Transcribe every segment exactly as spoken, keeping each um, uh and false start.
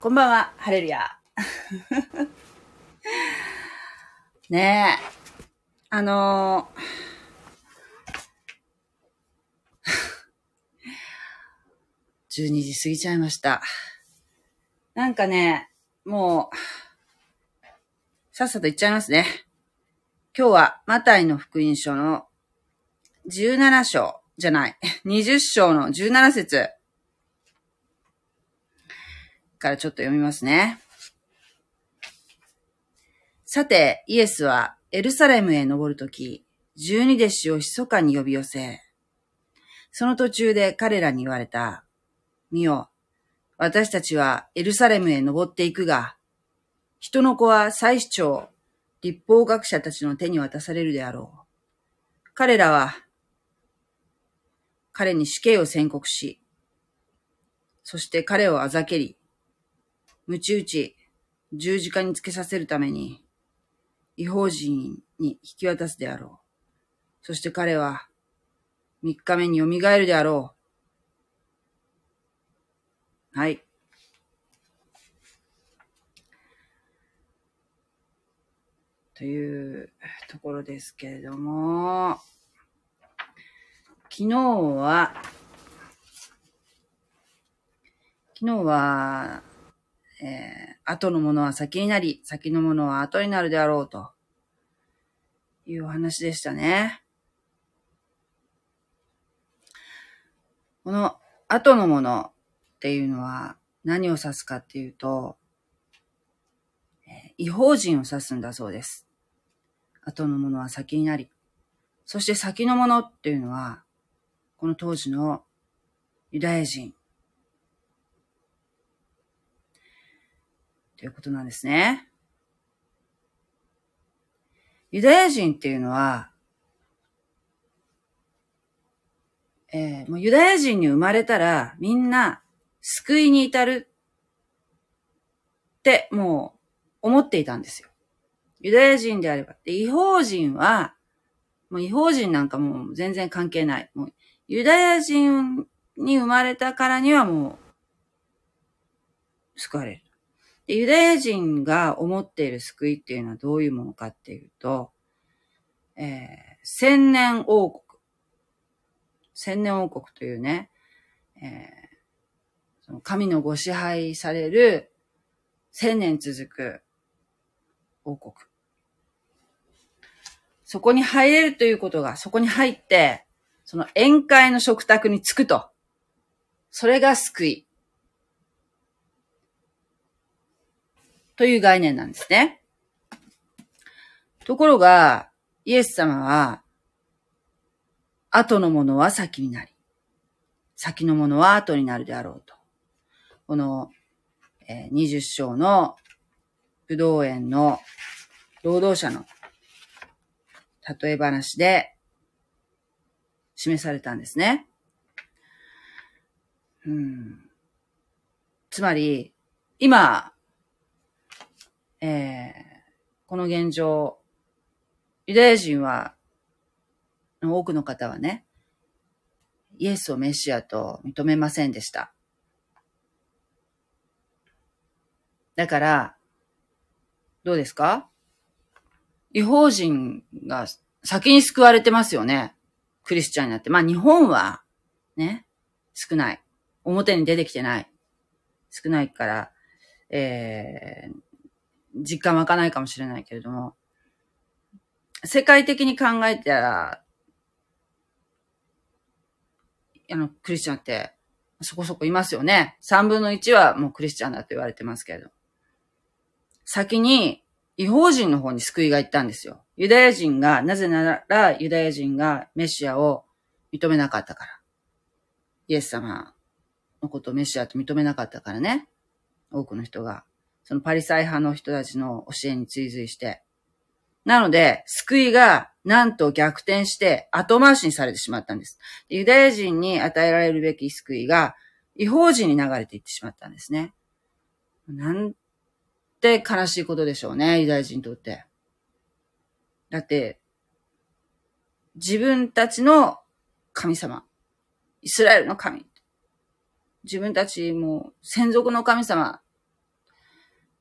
こんばんは、ハレルヤ。ねえ、あのー、じゅうにじ過ぎちゃいました。なんかね、もう、さっさと行っちゃいますね。今日は、マタイの福音書のじゅうなな章じゃない、にじゅう章のじゅうなな節からちょっと読みますね。さて、イエスはエルサレムへ登るとき、十二弟子を密かに呼び寄せ、その途中で彼らに言われた。見よ、私たちはエルサレムへ登っていくが、人の子は祭司長、律法学者たちの手に渡されるであろう。彼らは、彼に死刑を宣告し、そして彼をあざけり、鞭打ち、十字架につけさせるために、異邦人に引き渡すであろう。そして彼は、三日目によみがえるであろう。はい。というところですけれども、昨日は、昨日は、えー、後のものは先になり、先のものは後になるであろうというお話でしたね。この後のものっていうのは何を指すかっていうと、えー、異邦人を指すんだそうです。後のものは先になり、そして先のものっていうのは、この当時のユダヤ人ということなんですね。ユダヤ人っていうのは、えー、もうユダヤ人に生まれたらみんな救いに至るってもう思っていたんですよ。ユダヤ人であれば。で、異邦人は、もう異邦人なんかもう全然関係ない。もうユダヤ人に生まれたからにはもう救われる。で、ユダヤ人が思っている救いっていうのはどういうものかっていうと、えー、千年王国。千年王国というね、えー、その神のご支配される千年続く王国。そこに入れるということが、そこに入って、その宴会の食卓に着くと。それが救い。という概念なんですね。ところが、イエス様は、後のものは先になり、先のものは後になるであろうと。この、えー、にじゅう章のブドウ園の労働者の例え話で示されたんですね。うん、つまり、今、えー、この現状、ユダヤ人は、多くの方はね、イエスをメシアと認めませんでした。だから、どうですか？異邦人が先に救われてますよね。クリスチャンになって。まあ日本は、ね、少ない。表に出てきてない。少ないから、えー、実感湧かないかもしれないけれども、世界的に考えたら、あの、クリスチャンってそこそこいますよね。三分の一はもうクリスチャンだと言われてますけれど。先に異邦人の方に救いが行ったんですよ。ユダヤ人が、なぜならユダヤ人がメシアを認めなかったから。イエス様のことをメシアと認めなかったからね。多くの人が、そのパリサイ派の人たちの教えに追随して。なので、救いがなんと逆転して後回しにされてしまったんです。ユダヤ人に与えられるべき救いが異邦人に流れていってしまったんですね。なんて悲しいことでしょうね、ユダヤ人にとって。だって、自分たちの神様、イスラエルの神、自分たちも先祖の神様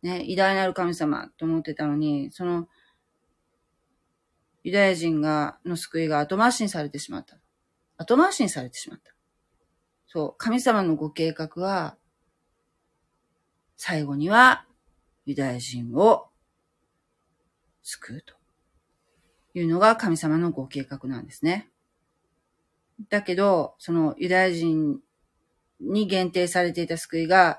ね、偉大なる神様と思ってたのに、その、ユダヤ人が、の救いが後回しにされてしまった。後回しにされてしまった。そう、神様のご計画は、最後には、ユダヤ人を救うというのが神様のご計画なんですね。だけど、そのユダヤ人に限定されていた救いが、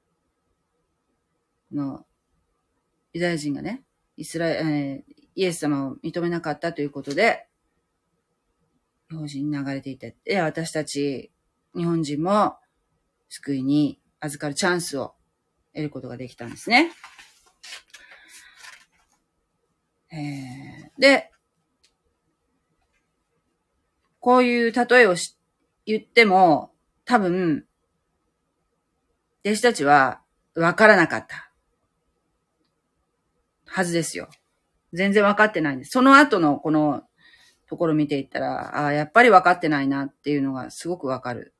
のユダヤ人がね、イスラエル、えー、イエス様を認めなかったということで、日本人に流れていて、で、私たち日本人も救いに預かるチャンスを得ることができたんですね。えー、で、こういう例えをし言っても、多分、弟子たちは分からなかったはずですよ。全然分かってないんです。その後のこのところ見ていったら、ああ、やっぱり分かってないなっていうのがすごく分かる。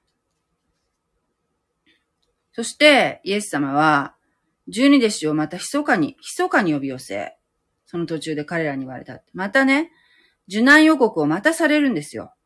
そして、イエス様は、十二弟子をまた密かに、密かに呼び寄せ、その途中で彼らに言われた。またね、受難予告をまたされるんですよ。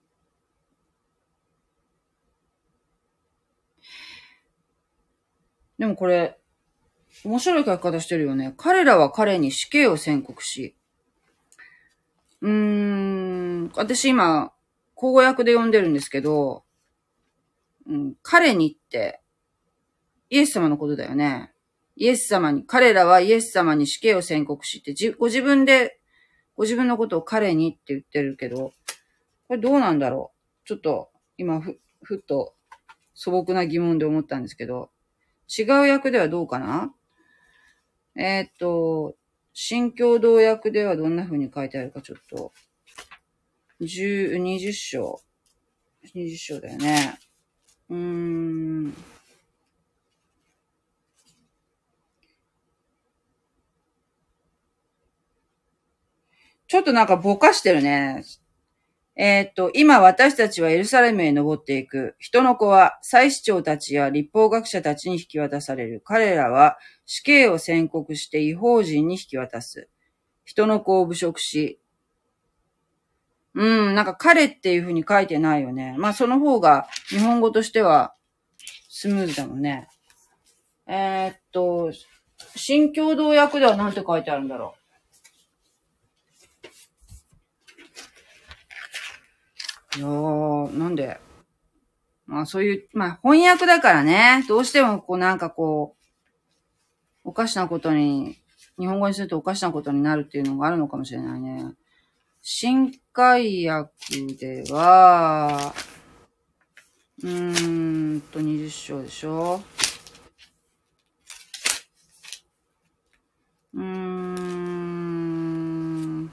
でもこれ、面白い書き方してるよね。彼らは彼に死刑を宣告し、うーん、私今、口語訳で読んでるんですけど、うん、彼にって、イエス様のことだよね。イエス様に、彼らはイエス様に死刑を宣告しって、じご自分で、ご自分のことを彼にって言ってるけど、これどうなんだろう。ちょっと、今ふ、ふっと素朴な疑問で思ったんですけど、違う訳ではどうかな？えー、っと、新共同訳ではどんな風に書いてあるかちょっと、十、二十章。二十章だよね。うーん。ちょっとなんかぼかしてるね。えー、っと、今私たちはエルサレムへ登っていく。人の子は祭司長たちや立法学者たちに引き渡される。彼らは死刑を宣告して違法人に引き渡す。人の子を侮辱し、うん、なんか彼っていう風に書いてないよね。まあその方が日本語としてはスムーズだもんね。えー、っと、新共同訳ではなんて書いてあるんだろう。いやー、なんでまあそういう、まあ翻訳だからね、どうしてもこうなんかこう、おかしなことに、日本語にするとおかしなことになるっていうのがあるのかもしれないね。新海訳では、うーんと、二十章でしょ。うーん。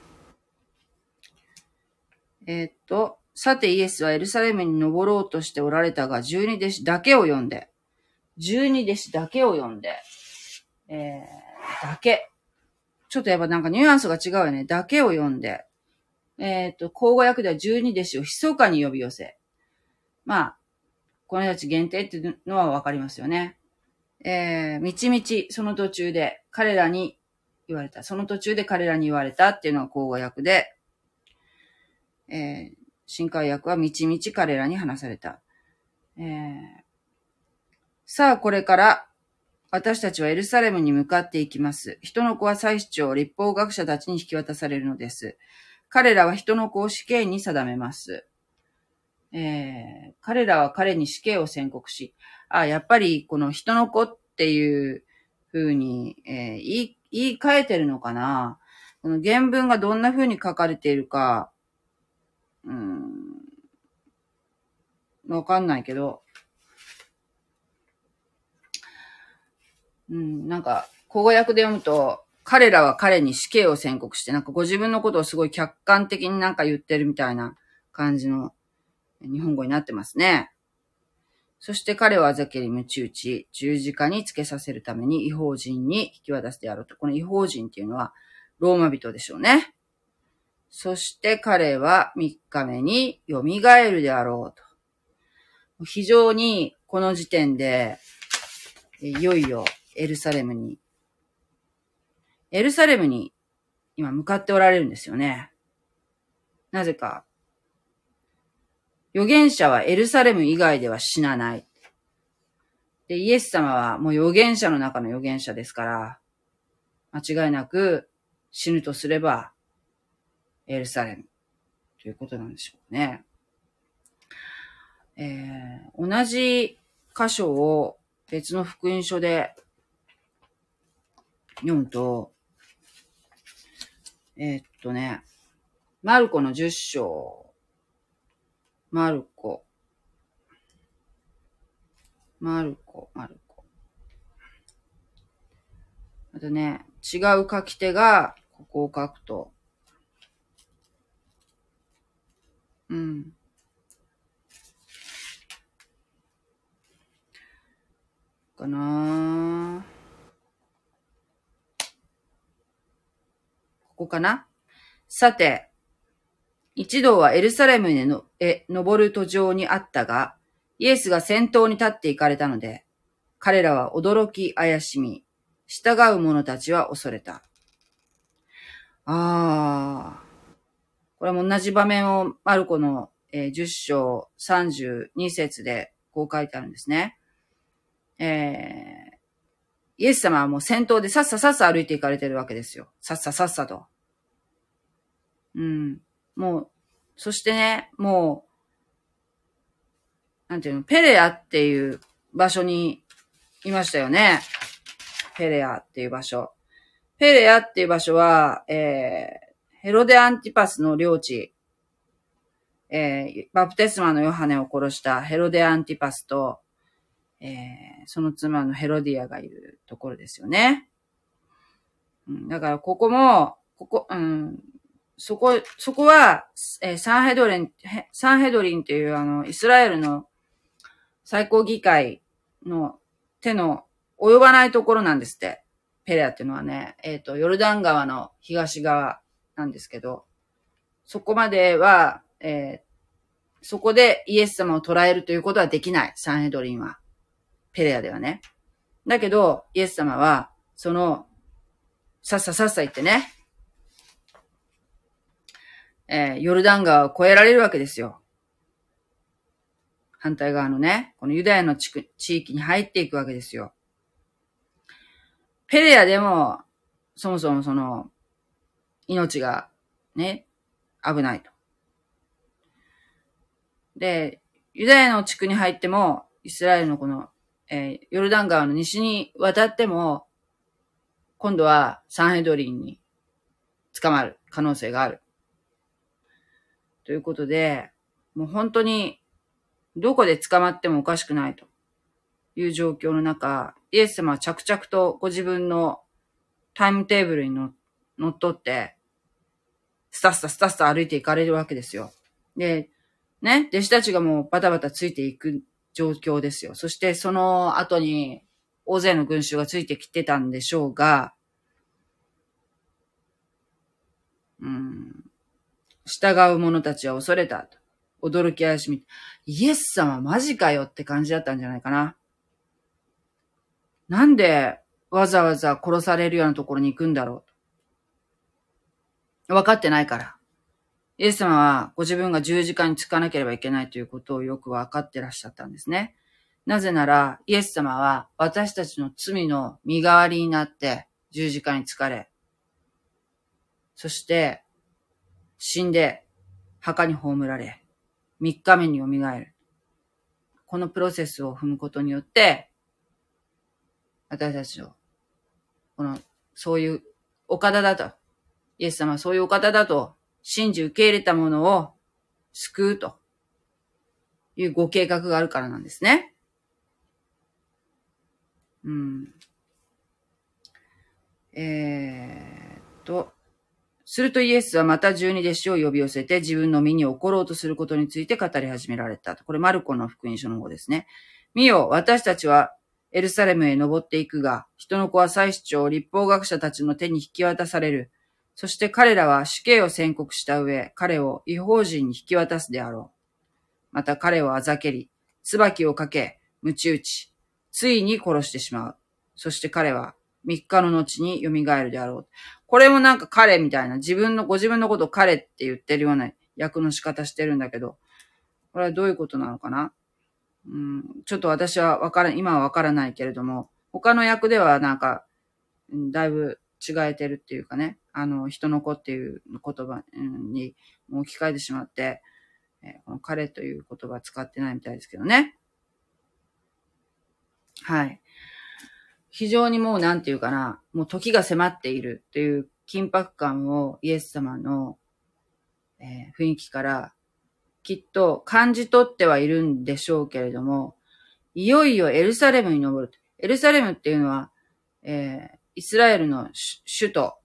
えー、っと、さてイエスはエルサレムに登ろうとしておられたが、十二弟子だけを呼んで、十二弟子だけを呼んで、えー、だけ。ちょっとやっぱなんかニュアンスが違うよね。だけを呼んで、えー、っと、口語訳では十二弟子を密かに呼び寄せ。まあ、この人たち限定っていうのはわかりますよね。えー、みちみち、その途中で彼らに言われた。その途中で彼らに言われたっていうのが口語訳で、えー、新海訳はみちみち彼らに話された。えー、さあ、これから、私たちはエルサレムに向かっていきます。人の子は祭司長、立法学者たちに引き渡されるのです。彼らは人の子を死刑に定めます。えー、彼らは彼に死刑を宣告し、あ、やっぱりこの人の子っていう風に、えー、言い、言い換えてるのかな。この原文がどんな風に書かれているか、うーん、わかんないけど、うん、なんか、口語訳で読むと、彼らは彼に死刑を宣告して、なんかご自分のことをすごい客観的になんか言ってるみたいな感じの日本語になってますね。そして彼はあざけり鞭打ち、十字架につけさせるために違法人に引き渡すであろうと。この違法人っていうのはローマ人でしょうね。そして彼は三日目に蘇るであろうと。非常にこの時点で、いよいよエルサレムに、エルサレムに今向かっておられるんですよね。なぜか、預言者はエルサレム以外では死なない。で、イエス様はもう預言者の中の預言者ですから、間違いなく死ぬとすればエルサレムということなんでしょうね。えー、同じ箇所を別の福音書で読むと、えー、っとね、マルコのじゅっ章、マルコ、マルコ、マルコ。あとね、違う書き手がここを書くと、うん。かなぁ。ここかな。さて、一同はエルサレムへのへ登る途上にあったが、イエスが先頭に立って行かれたので、彼らは驚き怪しみ、従う者たちは恐れた。ああ、これも同じ場面をマルコのじゅっ章さんじゅうに節でこう書いてあるんですね。えー、イエス様はもう先頭でさっささっさ歩いて行かれてるわけですよ。さっささっさと。うん。もう、そしてね、もう、なんていうの、ペレアっていう場所にいましたよね。ペレアっていう場所。ペレアっていう場所は、えー、ヘロデアンティパスの領地、えー、バプテスマのヨハネを殺したヘロデアンティパスと、えー、その妻のヘロディアがいるところですよね。うん、だからここも、ここ、うん、そこ、そこは、えー、サンヘドリン、サンヘドリンっていうあの、イスラエルの最高議会の手の及ばないところなんですって。ペレアっていうのはね、えっと、ヨルダン川の東側なんですけど、そこまでは、えー、そこでイエス様を捕らえるということはできない。サンヘドリンは。ペレアではね。だけど、イエス様は、その、さっささっさ言ってね、えー、ヨルダン川を越えられるわけですよ。反対側のね、このユダヤの地区、地域に入っていくわけですよ。ペレアでも、そもそもその、命がね、危ないと。で、ユダヤの地区に入っても、イスラエルのこの、えー、ヨルダン川の西に渡っても、今度はサンヘドリンに捕まる可能性がある。ということで、もう本当に、どこで捕まってもおかしくないという状況の中、イエス様は着々とご自分のタイムテーブルにの乗っ取って、スタスタスタスタ歩いていかれるわけですよ。で、ね、弟子たちがもうバタバタついていく状況ですよ。そしてその後に大勢の群衆がついてきてたんでしょうが、うん、従う者たちは恐れたと。驚き怪しみ。イエス様マジかよって感じだったんじゃないかな。なんでわざわざ殺されるようなところに行くんだろう。分かってないから。イエス様はご自分が十字架につかなければいけないということをよく分かってらっしゃったんですね。なぜなら、イエス様は私たちの罪の身代わりになって十字架につかれ、そして死んで墓に葬られ、三日目によみがえる。このプロセスを踏むことによって、私たちを、この、そういうお方だと、イエス様はそういうお方だと信じ受け入れたものを救うというご計画があるからなんですね。うん。えー、っと、するとイエスはまた十二弟子を呼び寄せて自分の身に起ころうとすることについて語り始められた。これマルコの福音書の方ですね。見よ、私たちはエルサレムへ登っていくが、人の子は祭司長、立法学者たちの手に引き渡される。そして彼らは死刑を宣告した上、彼を異邦人に引き渡すであろう。また彼をあざけり、椿をかけ、鞭打ち、ついに殺してしまう。 そして彼はみっかの後に蘇るであろう。これもなんか彼みたいな、自分の、ご自分のことを彼って言ってるような訳の仕方してるんだけど、これはどういうことなのかな？うん、ちょっと私はわからん、今はわからないけれども、他の訳ではなんか、だいぶ違えてるっていうかね、あの、人の子っていう言葉に置き換えてしまって、この彼という言葉は使ってないみたいですけどね。はい。非常にもうなんていうかな、もう時が迫っているっていう緊迫感をイエス様の、えー、雰囲気からきっと感じ取ってはいるんでしょうけれども、いよいよエルサレムに登る。エルサレムっていうのは、えー、イスラエルの首都、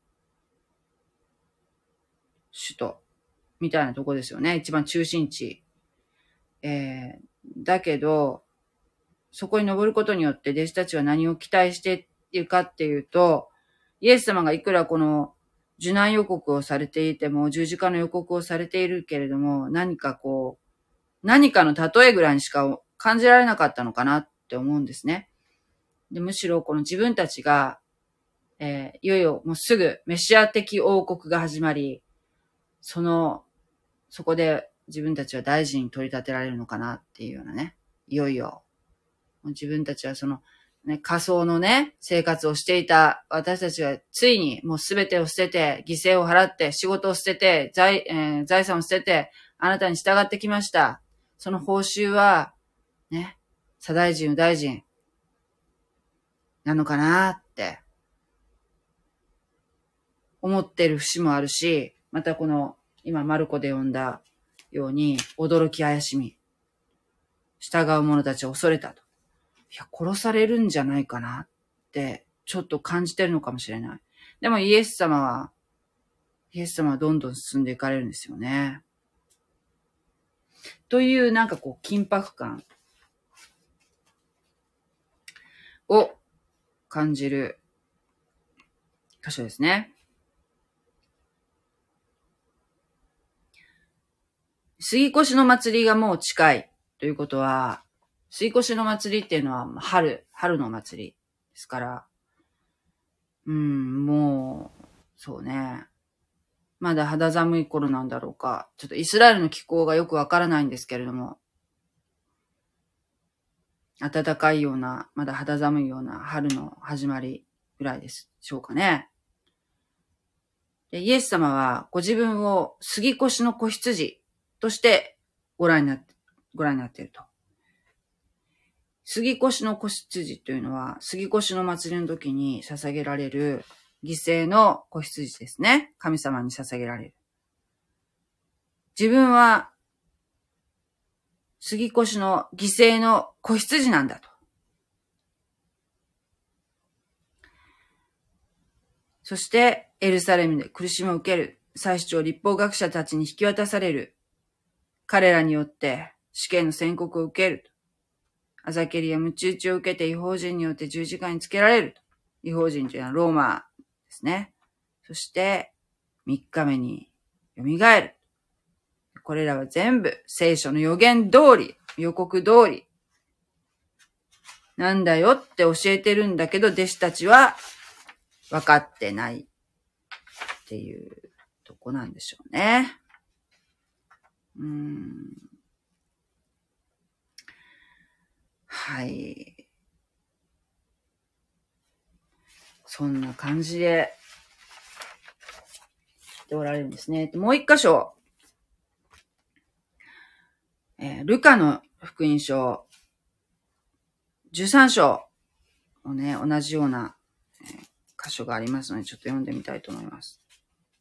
首都みたいなとこですよね。一番中心地。えー、だけど、そこに登ることによって弟子たちは何を期待しているかっていうと、イエス様がいくらこの受難予告をされていても、十字架の予告をされているけれども、何かこう、何かの例えぐらいにしか感じられなかったのかなって思うんですね。でむしろこの自分たちが、えー、いよいよもうすぐメシア的王国が始まり、その、そこで自分たちは大事に取り立てられるのかなっていうようなね、いよいよ。自分たちはその、ね、仮想のね、生活をしていた私たちがついにもうすべてを捨てて、犠牲を払って、仕事を捨てて、財、えー、財産を捨てて、あなたに従ってきました。その報酬は、ね、左大臣、右大臣、なのかなって、思ってる節もあるし、またこの、今マルコで読んだように、驚き怪しみ、従う者たちを恐れたと。いや、殺されるんじゃないかなって、ちょっと感じてるのかもしれない。でもイエス様は、イエス様はどんどん進んでいかれるんですよね。という、なんかこう、緊迫感を感じる箇所ですね。杉越の祭りがもう近いということは、杉越の祭りっていうのは春、春の祭りですから、うん、もう、そうね。まだ肌寒い頃なんだろうか。ちょっとイスラエルの気候がよくわからないんですけれども、暖かいような、まだ肌寒いような春の始まりぐらいでしょうかね。でイエス様はご自分を杉越の子羊としてご覧になって、ご覧になっていると。杉越の子羊というのは、杉越の祭りの時に捧げられる犠牲の子羊ですね。神様に捧げられる。自分は杉越の犠牲の子羊なんだと。そしてエルサレムで苦しみを受ける。祭司長立法学者たちに引き渡される。彼らによって死刑の宣告を受ける。アザケリや鞭打ちを受けて違法人によって十字架につけられる。違法人というのはローマですね。そして三日目に蘇る。これらは全部聖書の予言通り、予告通りなんだよって教えてるんだけど、弟子たちは分かってないっていうとこなんでしょうね。うーん。はい。そんな感じで、でおられるんですね。もう一箇所、えー、ルカの福音書、じゅうさん章をね、同じような、えー、箇所がありますので、ちょっと読んでみたいと思います。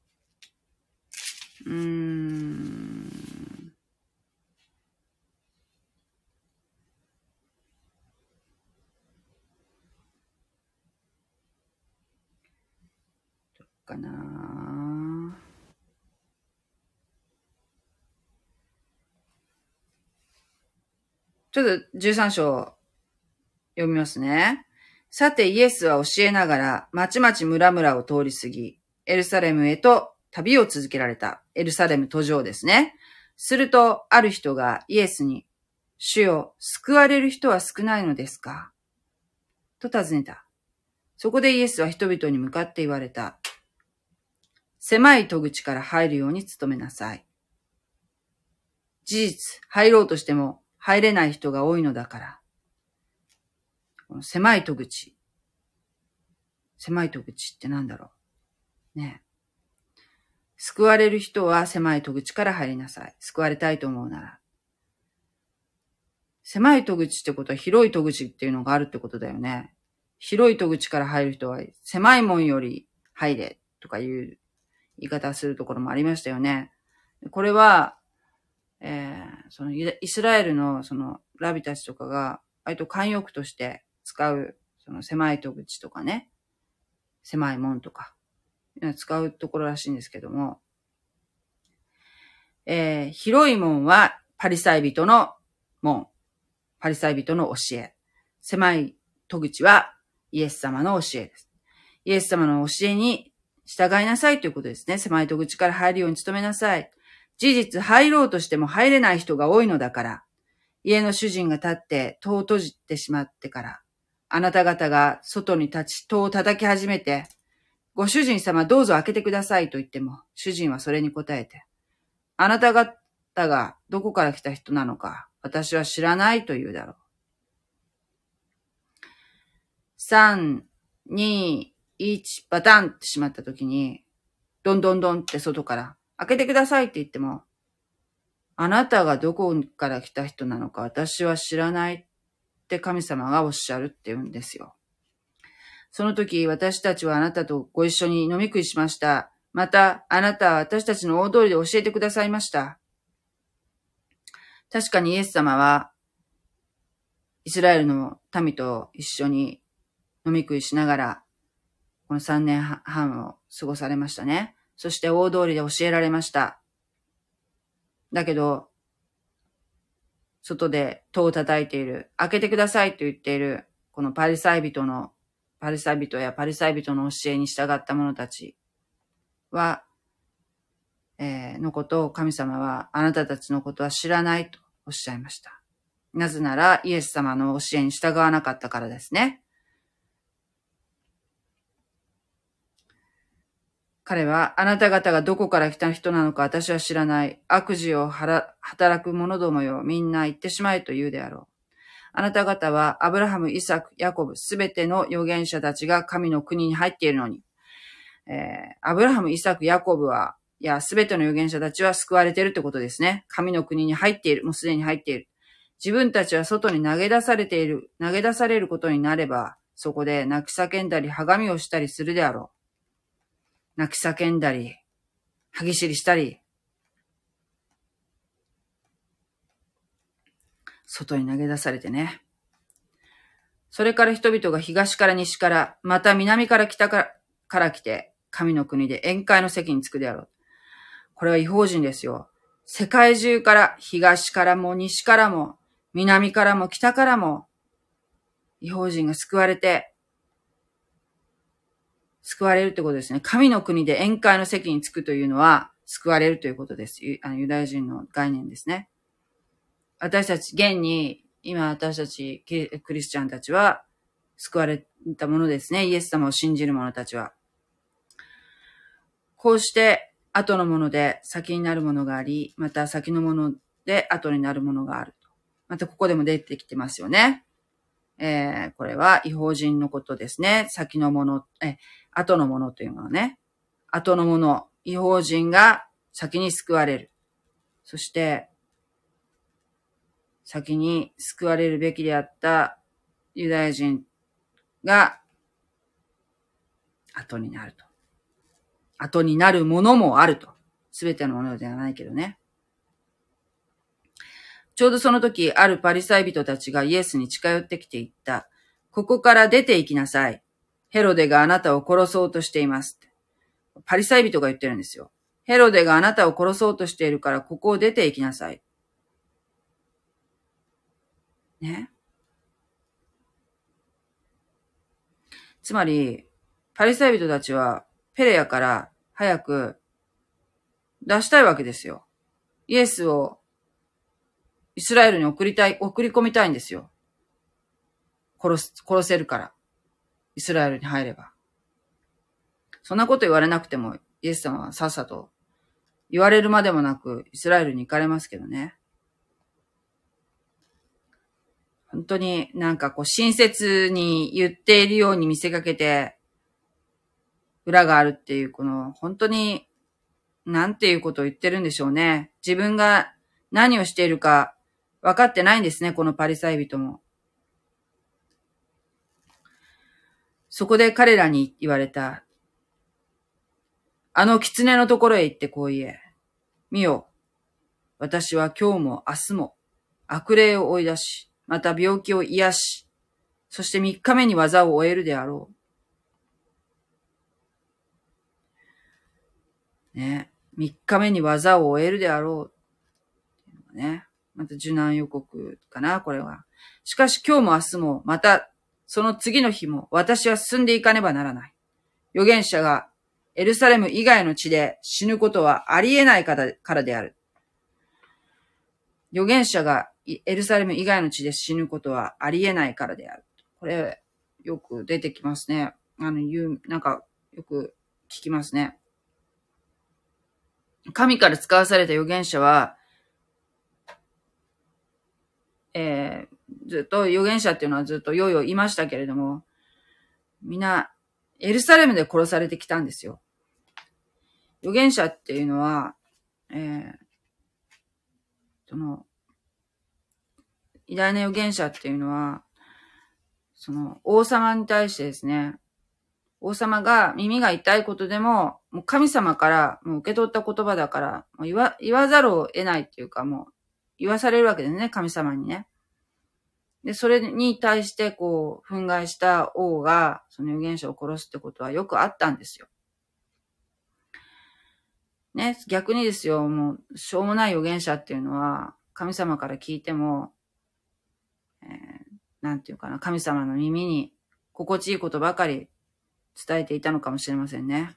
うーん。どっかなちょっとじゅうさん章読みますね。さてイエスは教えながら、まちまち村々を通り過ぎ、エルサレムへと旅を続けられた。エルサレム途上ですね。すると、ある人がイエスに、主よ、救われる人は少ないのですかと尋ねた。 そこでイエスは人々に向かって言われた。狭い戸口から入るように努めなさい。事実、入ろうとしても入れない人が多いのだから。この狭い戸口。狭い戸口ってなんだろう。ね。救われる人は狭い戸口から入りなさい。救われたいと思うなら。狭い戸口ってことは広い戸口っていうのがあるってことだよね。広い戸口から入る人は狭い門より入れとかいう言い方するところもありましたよね。これは、えー、そのイスラエルのそのラビたちとかが割と慣用句として使うその狭い戸口とかね、狭い門とか使うところらしいんですけども、えー、広い門はパリサイ人の門、パリサイ人の教え、狭い戸口はイエス様の教えです。イエス様の教えに従いなさいということですね。狭い戸口から入るように努めなさい。事実、入ろうとしても入れない人が多いのだから、家の主人が立って戸を閉じてしまってから、あなた方が外に立ち戸を叩き始めて、ご主人様どうぞ開けてくださいと言っても、主人はそれに答えて、あなた方がどこから来た人なのか、私は知らないと言うだろう。さん、に、いち、バタンってしまった時に、どんどんどんって外から開けてくださいって言っても、あなたがどこから来た人なのか私は知らないって神様がおっしゃるって言うんですよ。その時私たちはあなたとご一緒に飲み食いしました。またあなたは私たちの大通りで教えてくださいました。確かにイエス様はイスラエルの民と一緒に飲み食いしながらこのさんねんはんを過ごされましたね。そして大通りで教えられました。だけど、外で戸を叩いている、開けてくださいと言っている、このパリサイ人の、パリサイ人やパリサイ人の教えに従った者たちは、えー、のことを神様は、あなたたちのことは知らないとおっしゃいました。なぜなら、イエス様の教えに従わなかったからですね。彼は、あなた方がどこから来た人なのか私は知らない。悪事を働く者どもよ、みんな言ってしまえと言うであろう。あなた方は、アブラハム、イサク、ヤコブ、すべての預言者たちが神の国に入っているのに、えー、アブラハム、イサク、ヤコブは、いや、すべての預言者たちは救われているってことですね。神の国に入っている。もうすでに入っている。自分たちは外に投げ出されている。投げ出されることになれば、そこで泣き叫んだり、はがみをしたりするであろう。泣き叫んだり、歯ぎしりしたり、外に投げ出されてね。それから人々が東から西から、また南から北からから来て、神の国で宴会の席に着くであろう。これは異邦人ですよ。世界中から、東からも西からも、南からも北からも、異邦人が救われて、救われるってことですね。神の国で宴会の席に着くというのは、救われるということです。あのユダヤ人の概念ですね。私たち、現に、今私たちクリスチャンたちは、救われたものですね。イエス様を信じる者たちは。こうして、後のもので先になるものがあり、また先のもので後になるものがあると。またここでも出てきてますよね。えー、これは異邦人のことですね。先のもの、え、後のものというのはね。後のもの、異邦人が先に救われる。そして、先に救われるべきであったユダヤ人が後になると。後になるものもあると。すべてのものではないけどね。ちょうどその時、あるパリサイ人たちがイエスに近寄ってきて言った。ここから出て行きなさい。ヘロデがあなたを殺そうとしています。パリサイ人が言ってるんですよ。ヘロデがあなたを殺そうとしているからここを出て行きなさい。ね。つまり、パリサイ人たちはペレヤから早く出したいわけですよ。イエスをイスラエルに送りたい、送り込みたいんですよ。殺す、殺せるから。 イスラエルに入れば。そんなこと言われなくても、イエス様はさっさと言われるまでもなくイスラエルに行かれますけどね。本当になんかこう親切に言っているように見せかけて、裏があるっていう、この本当になんていうことを言ってるんでしょうね。自分が何をしているか分かってないんですね、このパリサイ人も。そこで彼らに言われた。あの狐のところへ行ってこう言え。見よ、私は今日も明日も悪霊を追い出し、また病気を癒し、そして三日目に技を終えるであろう。ね。三日目に技を終えるであろう。ね。また受難予告かな、これは。しかし今日も明日も、またその次の日も私は進んでいかねばならない。預言者がエルサレム以外の地で死ぬことはありえないからである。預言者がエルサレム以外の地で死ぬことはありえないからである。これ、よく出てきますね。あの、言う、なんか、よく聞きますね。神から使わされた預言者は、えー、ずっと預言者っていうのはずっとようよういましたけれども、みんな、エルサレムで殺されてきたんですよ。預言者っていうのは、えー、その、偉大な預言者っていうのは、その、王様に対してですね、王様が耳が痛いことでも、もう神様からもう受け取った言葉だから、もう言わ、言わざるを得ないっていうか、もう言わされるわけですね、神様にね。で、それに対して、こう、憤慨した王が、その預言者を殺すってことはよくあったんですよ。ね、逆にですよ、もう、しょうもない預言者っていうのは、神様から聞いても、えー、なんていうかな、神様の耳に心地いいことばかり伝えていたのかもしれませんね。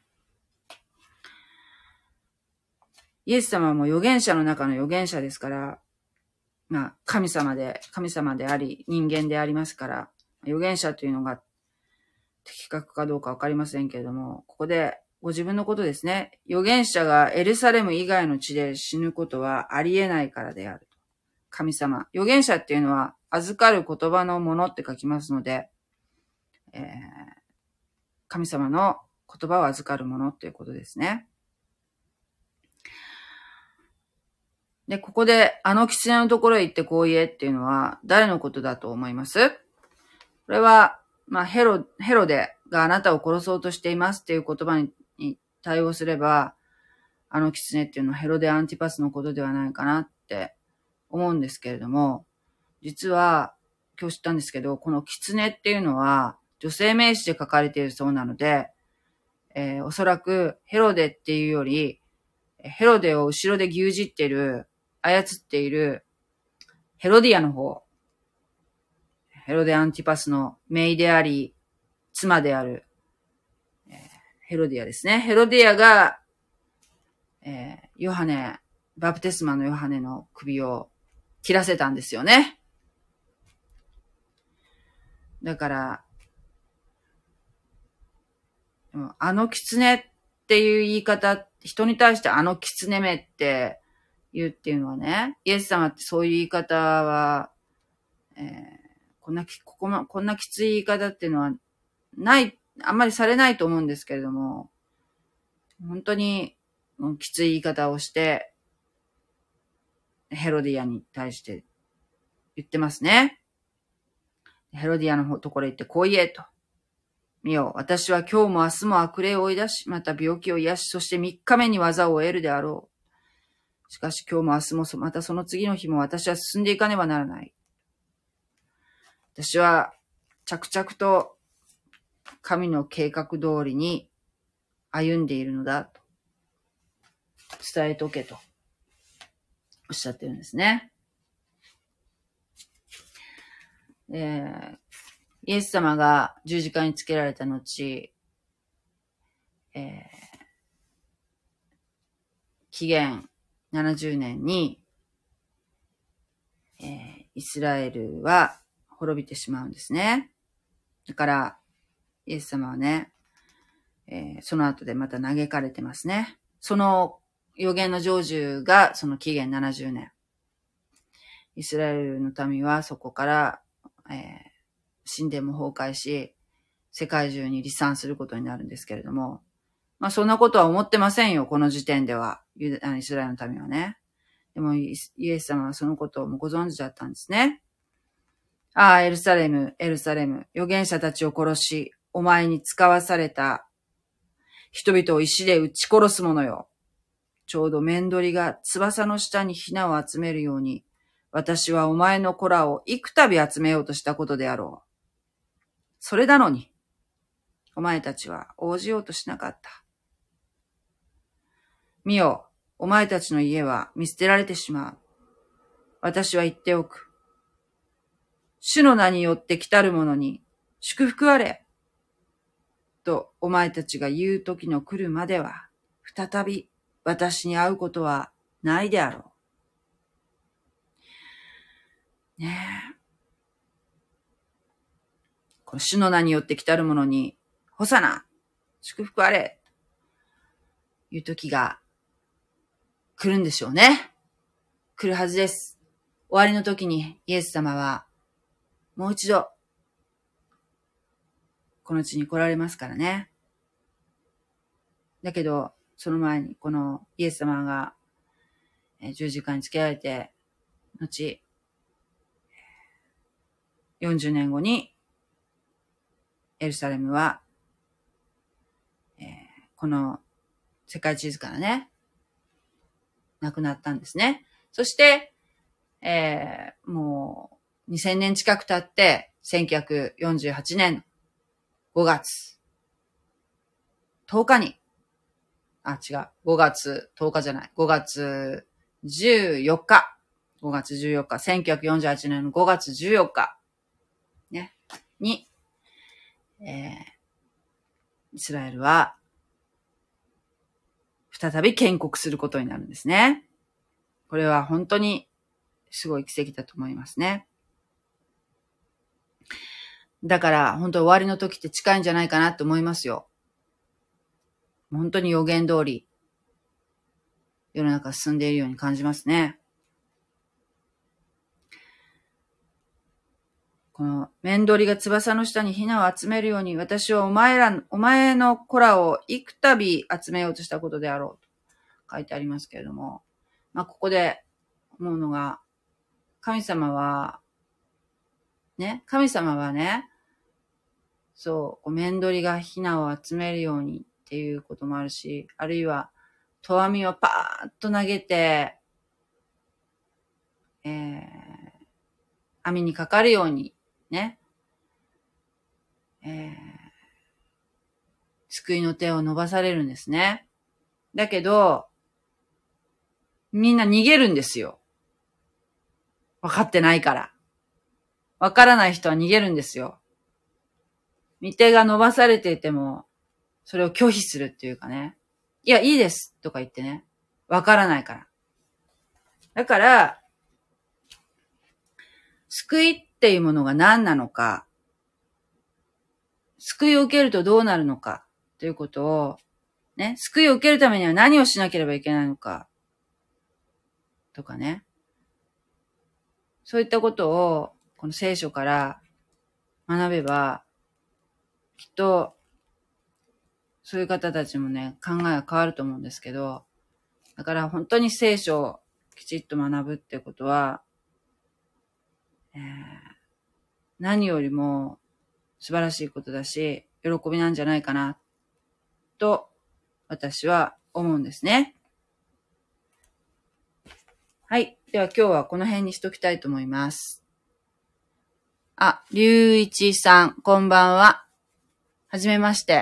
イエス様はもう預言者の中の預言者ですから、まあ、神様で、神様であり、人間でありますから、預言者というのが的確かどうかわかりませんけれども、ここでご自分のことですね。預言者がエルサレム以外の地で死ぬことはありえないからである。神様。預言者っていうのは、預かる言葉のものって書きますので、えー、神様の言葉を預かるものっていうことですね。で、ここで、あの狐のところへ行ってこう言えっていうのは、誰のことだと思います？これは、まあ、ヘロ、ヘロデがあなたを殺そうとしていますっていう言葉に、に対応すれば、あの狐っていうのはヘロデ・アンティパスのことではないかなって思うんですけれども、実は、今日知ったんですけど、この狐っていうのは、女性名詞で書かれているそうなので、えー、おそらくヘロデっていうより、ヘロデを後ろで牛耳っている、操っているヘロディアの方、ヘロデ・アンティパスの姪であり、妻である、えー、ヘロディアですね。ヘロディアが、えー、ヨハネ、バプテスマのヨハネの首を切らせたんですよね。だから、あの狐っていう言い方、人に対してあの狐めって言うっていうのはね、イエス様ってそういう言い方は、えー、こんなき、ここも、こんなきつい言い方っていうのはない、あんまりされないと思うんですけれども、本当にきつい言い方をして、ヘロディアに対して言ってますね。ヘロディアのところへ行ってこう言えと。見よ、私は今日も明日も悪霊を追い出し、また病気を癒し、そして三日目に技を得るであろう。しかし今日も明日も、またその次の日も私は進んでいかねばならない。私は着々と神の計画通りに歩んでいるのだと伝えとけとおっしゃってるんですね。えー、イエス様が十字架につけられた後、えー、紀元ななじゅうねんに、えー、イスラエルは滅びてしまうんですね。だから、 イエス様はね、えーその後でまた嘆かれてますね。その予言の成就がその紀元ななじゅうねん。イスラエルの民はそこから、えー神殿も崩壊し、世界中に離散することになるんですけれども、まあそんなことは思ってませんよ、この時点では。ユダイスラエルの民はね。でもイエス様はそのことをもご存知だったんですね。ああ、エルサレム、エルサレム、預言者たちを殺し、お前に使わされた人々を石で撃ち殺す者よ。ちょうど面取りが翼の下にひなを集めるように、私はお前の子らを幾度集めようとしたことであろう。それなのに、お前たちは応じようとしなかった。見よ、お前たちの家は見捨てられてしまう。私は言っておく。主の名によって来たる者に祝福あれ。とお前たちが言う時の来るまでは、再び私に会うことはないであろう。ねえ。この主の名によって来たる者に、ホサナ、祝福あれ。いう時が来るんでしょうね。来るはずです。終わりの時にイエス様は、もう一度、この地に来られますからね。だけど、その前に、このイエス様が十字架につけられて、後、よんじゅうねんごに、エルサレムは、えー、この世界地図からね、亡くなったんですね。そして、えー、もうにせんねん近く経って、せんきゅうひゃくよんじゅうはちねんごがつとおかに、あ、違う、ごがつとおかじゃない、ごがつじゅうよっか、ごがつじゅうよっか、せんきゅうひゃくよんじゅうはちねんのごがつじゅうよっか、ね、に、えー、イスラエルは、再び建国することになるんですね。これは本当にすごい奇跡だと思いますね。だから本当終わりの時って近いんじゃないかなと思いますよ。本当に予言通り世の中進んでいるように感じますね。この面取りが翼の下にひなを集めるように、私はお前ら、お前の子らを幾度集めようとしたことであろうと書いてありますけれども、まあここで思うのが、神様は、ね、神様はね、そう、面取りがひなを集めるようにっていうこともあるし、あるいは、とわみをパーッと投げて、えー、網にかかるように、ね、えー、救いの手を伸ばされるんですね。だけど、みんな逃げるんですよ。分かってないから。分からない人は逃げるんですよ。御手が伸ばされていても、それを拒否するっていうかね。いや、いいです。とか言ってね。分からないから。だから、救いっていうものが何なのか、救いを受けるとどうなるのか、ということを、ね、救いを受けるためには何をしなければいけないのか、とかね。そういったことを、この聖書から学べば、きっと、そういう方たちもね、考えが変わると思うんですけど、だから本当に聖書をきちっと学ぶってことは、えー、何よりも素晴らしいことだし、喜びなんじゃないかな、と私は思うんですね。はい。では今日はこの辺にしときたいと思います。あ、りゅういちさん、こんばんは。はじめまして。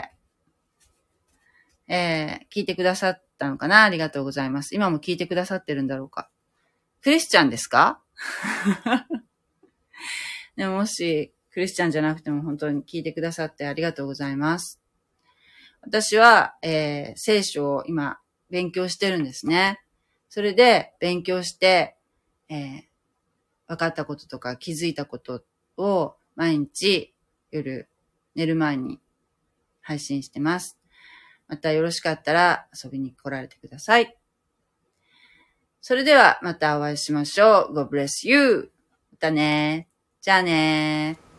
えー、聞いてくださったのかな？ありがとうございます。今も聞いてくださってるんだろうか？クリスチャンですか？でももし、クリスチャンじゃなくても本当に聞いてくださってありがとうございます。私は、えー、聖書を今勉強してるんですね。それで勉強して、えー、分かったこととか気づいたことを毎日夜寝る前に配信してます。またよろしかったら遊びに来られてください。それではまたお会いしましょう。God bless you. またね。じゃあね。